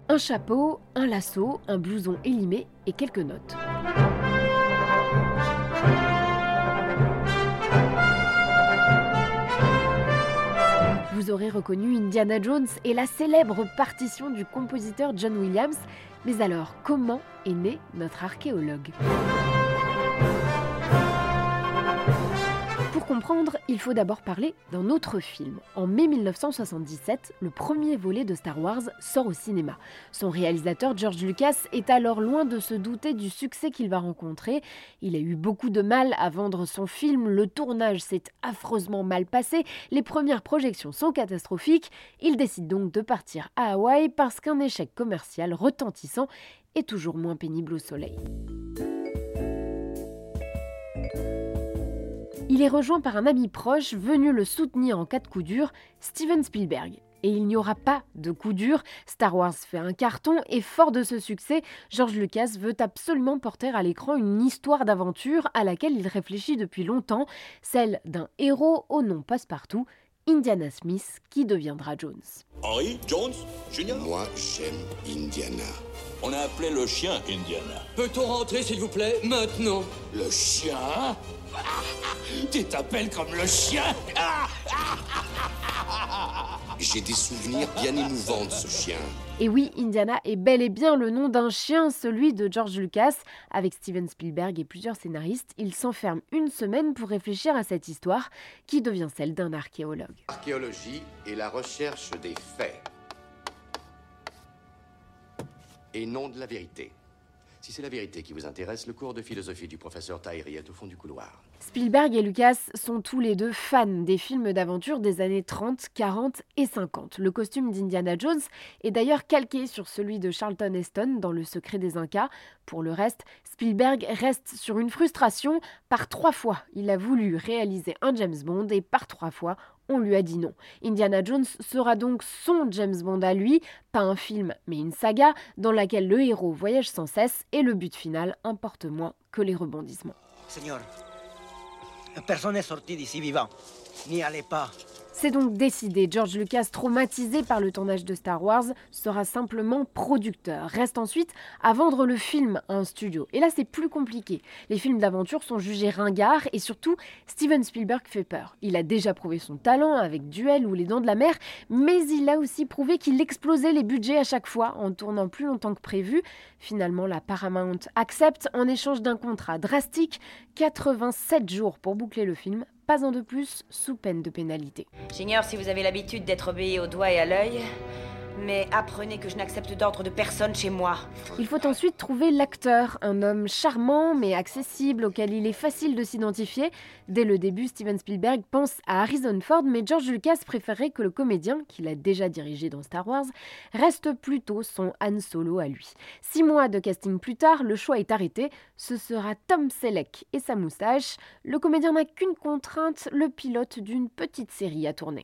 Un chapeau, un lasso, un blouson élimé et quelques notes. Vous aurez reconnu Indiana Jones et la célèbre partition du compositeur John Williams. Mais alors, comment est né notre archéologue ? Pour comprendre, il faut d'abord parler d'un autre film. En mai 1977, le premier volet de Star Wars sort au cinéma. Son réalisateur George Lucas est alors loin de se douter du succès qu'il va rencontrer. Il a eu beaucoup de mal à vendre son film, le tournage s'est affreusement mal passé, les premières projections sont catastrophiques. Il décide donc de partir à Hawaï parce qu'un échec commercial retentissant est toujours moins pénible au soleil. Il est rejoint par un ami proche venu le soutenir en cas de coup dur, Steven Spielberg. Et il n'y aura pas de coup dur, Star Wars fait un carton et fort de ce succès, George Lucas veut absolument porter à l'écran une histoire d'aventure à laquelle il réfléchit depuis longtemps, celle d'un héros au nom passe-partout, Indiana Smith, qui deviendra Jones. Henry Jones Jr. Moi, j'aime Indiana. On a appelé le chien Indiana. Peut-on rentrer, s'il vous plaît, maintenant? Le chien? Tu t'appelles comme le chien? J'ai des souvenirs bien émouvants de ce chien. Et oui, Indiana est bel et bien le nom d'un chien, celui de George Lucas. Avec Steven Spielberg et plusieurs scénaristes, il s'enferme une semaine pour réfléchir à cette histoire qui devient celle d'un archéologue. L'archéologie est la recherche des faits. Et non de la vérité. Si c'est la vérité qui vous intéresse, le cours de philosophie du professeur Tahiri est au fond du couloir. Spielberg et Lucas sont tous les deux fans des films d'aventure des années 30, 40 et 50. Le costume d'Indiana Jones est d'ailleurs calqué sur celui de Charlton Heston dans Le secret des Incas. Pour le reste, Spielberg reste sur une frustration. Par 3 fois, il a voulu réaliser un James Bond et par 3 fois, on lui a dit non. Indiana Jones sera donc son James Bond à lui, pas un film mais une saga dans laquelle le héros voyage sans cesse et le but final importe moins que les rebondissements. Seigneur, personne n'est sorti d'ici vivant. N'y allez pas. C'est donc décidé, George Lucas, traumatisé par le tournage de Star Wars, sera simplement producteur. Reste ensuite à vendre le film à un studio. Et là, c'est plus compliqué. Les films d'aventure sont jugés ringards et surtout, Steven Spielberg fait peur. Il a déjà prouvé son talent avec Duel ou Les Dents de la Mer, mais il a aussi prouvé qu'il explosait les budgets à chaque fois en tournant plus longtemps que prévu. Finalement, la Paramount accepte en échange d'un contrat drastique, 87 jours pour boucler le film. Pas un de plus, sous peine de pénalité. J'ignore si vous avez l'habitude d'être obéi au doigt et à l'œil, mais apprenez que je n'accepte d'ordre de personne chez moi. Il faut ensuite trouver l'acteur, un homme charmant mais accessible auquel il est facile de s'identifier. Dès le début, Steven Spielberg pense à Harrison Ford, mais George Lucas préférait que le comédien, qu'il a déjà dirigé dans Star Wars, reste plutôt son Han Solo à lui. 6 mois de casting plus tard, le choix est arrêté. Ce sera Tom Selleck et sa moustache. Le comédien n'a qu'une contrainte, le pilote d'une petite série à tourner.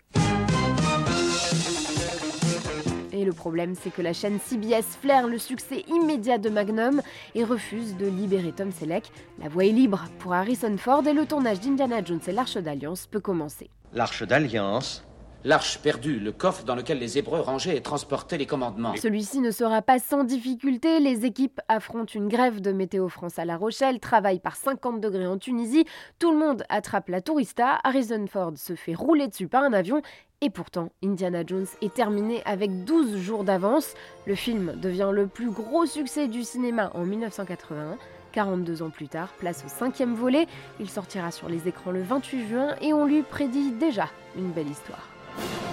Et le problème, c'est que la chaîne CBS flaire le succès immédiat de Magnum et refuse de libérer Tom Selleck. La voie est libre pour Harrison Ford et le tournage d'Indiana Jones et l'Arche d'Alliance peut commencer. L'Arche d'Alliance? L'arche perdue, le coffre dans lequel les Hébreux rangeaient et transportaient les commandements. Celui-ci ne sera pas sans difficulté. Les équipes affrontent une grève de Météo France à La Rochelle, travaillent par 50 degrés en Tunisie. Tout le monde attrape la tourista. Harrison Ford se fait rouler dessus par un avion. Et pourtant, Indiana Jones est terminé avec 12 jours d'avance. Le film devient le plus gros succès du cinéma en 1981. 42 ans plus tard, place au 5e volet. Il sortira sur les écrans le 28 juin et on lui prédit déjà une belle histoire.